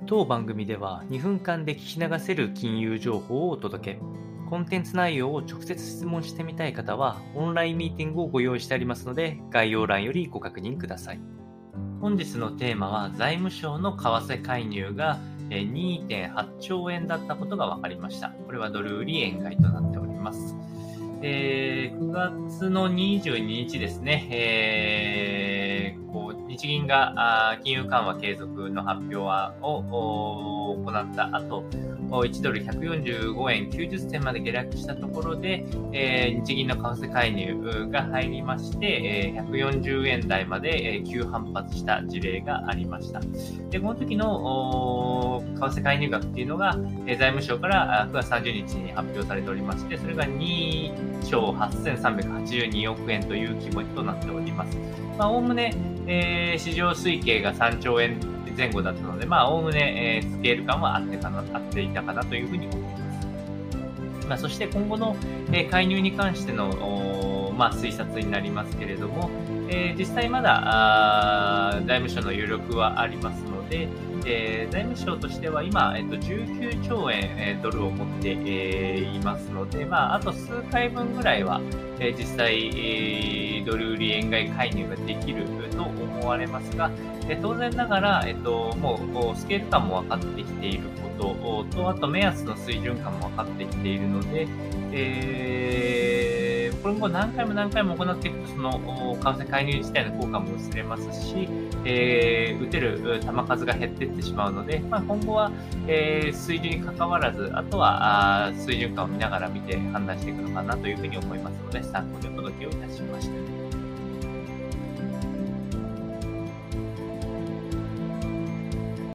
当番組では2分間で聞き流せる金融情報をお届け。コンテンツ内容を直接質問してみたい方はオンラインミーティングをご用意してありますので、概要欄よりご確認ください。本日のテーマは財務省の為替介入が2.8兆円だったことが分かりました。これはドル売り円買いとなっております。9月の22日ですね、日銀が金融緩和継続の発表を行った後、1ドル145円90銭まで下落したところで、日銀の為替介入が入りまして、140円台まで急反発した事例がありました。で、この時の為替介入額っていうのが、財務省から9月30日に発表されておりまして、それが2兆8382億円という規模となっております。おおむね、市場推計が3兆円前後だったので、おおむね、スケール感は合っていたかなというふうに思います。そして今後の、介入に関しての、推察になりますけれども、実際まだ財務省の余力はありますので、財務省としては今、19兆円、ドルを持って、いますので、あと数回分ぐらいは、実際、ドル売り円買い介入ができると思われますが、当然ながら、もうスケール感も分かってきていることと、あと目安の水準感も分かってきているので、今後何回も行っていくと、その為替介入自体の効果も薄れますし、打てる球数が減っていってしまうので、今後は、水準に関わらず、あとは水準感を見ながら見て判断していくのかなというふうに思いますので、参考にお届けをいたしました。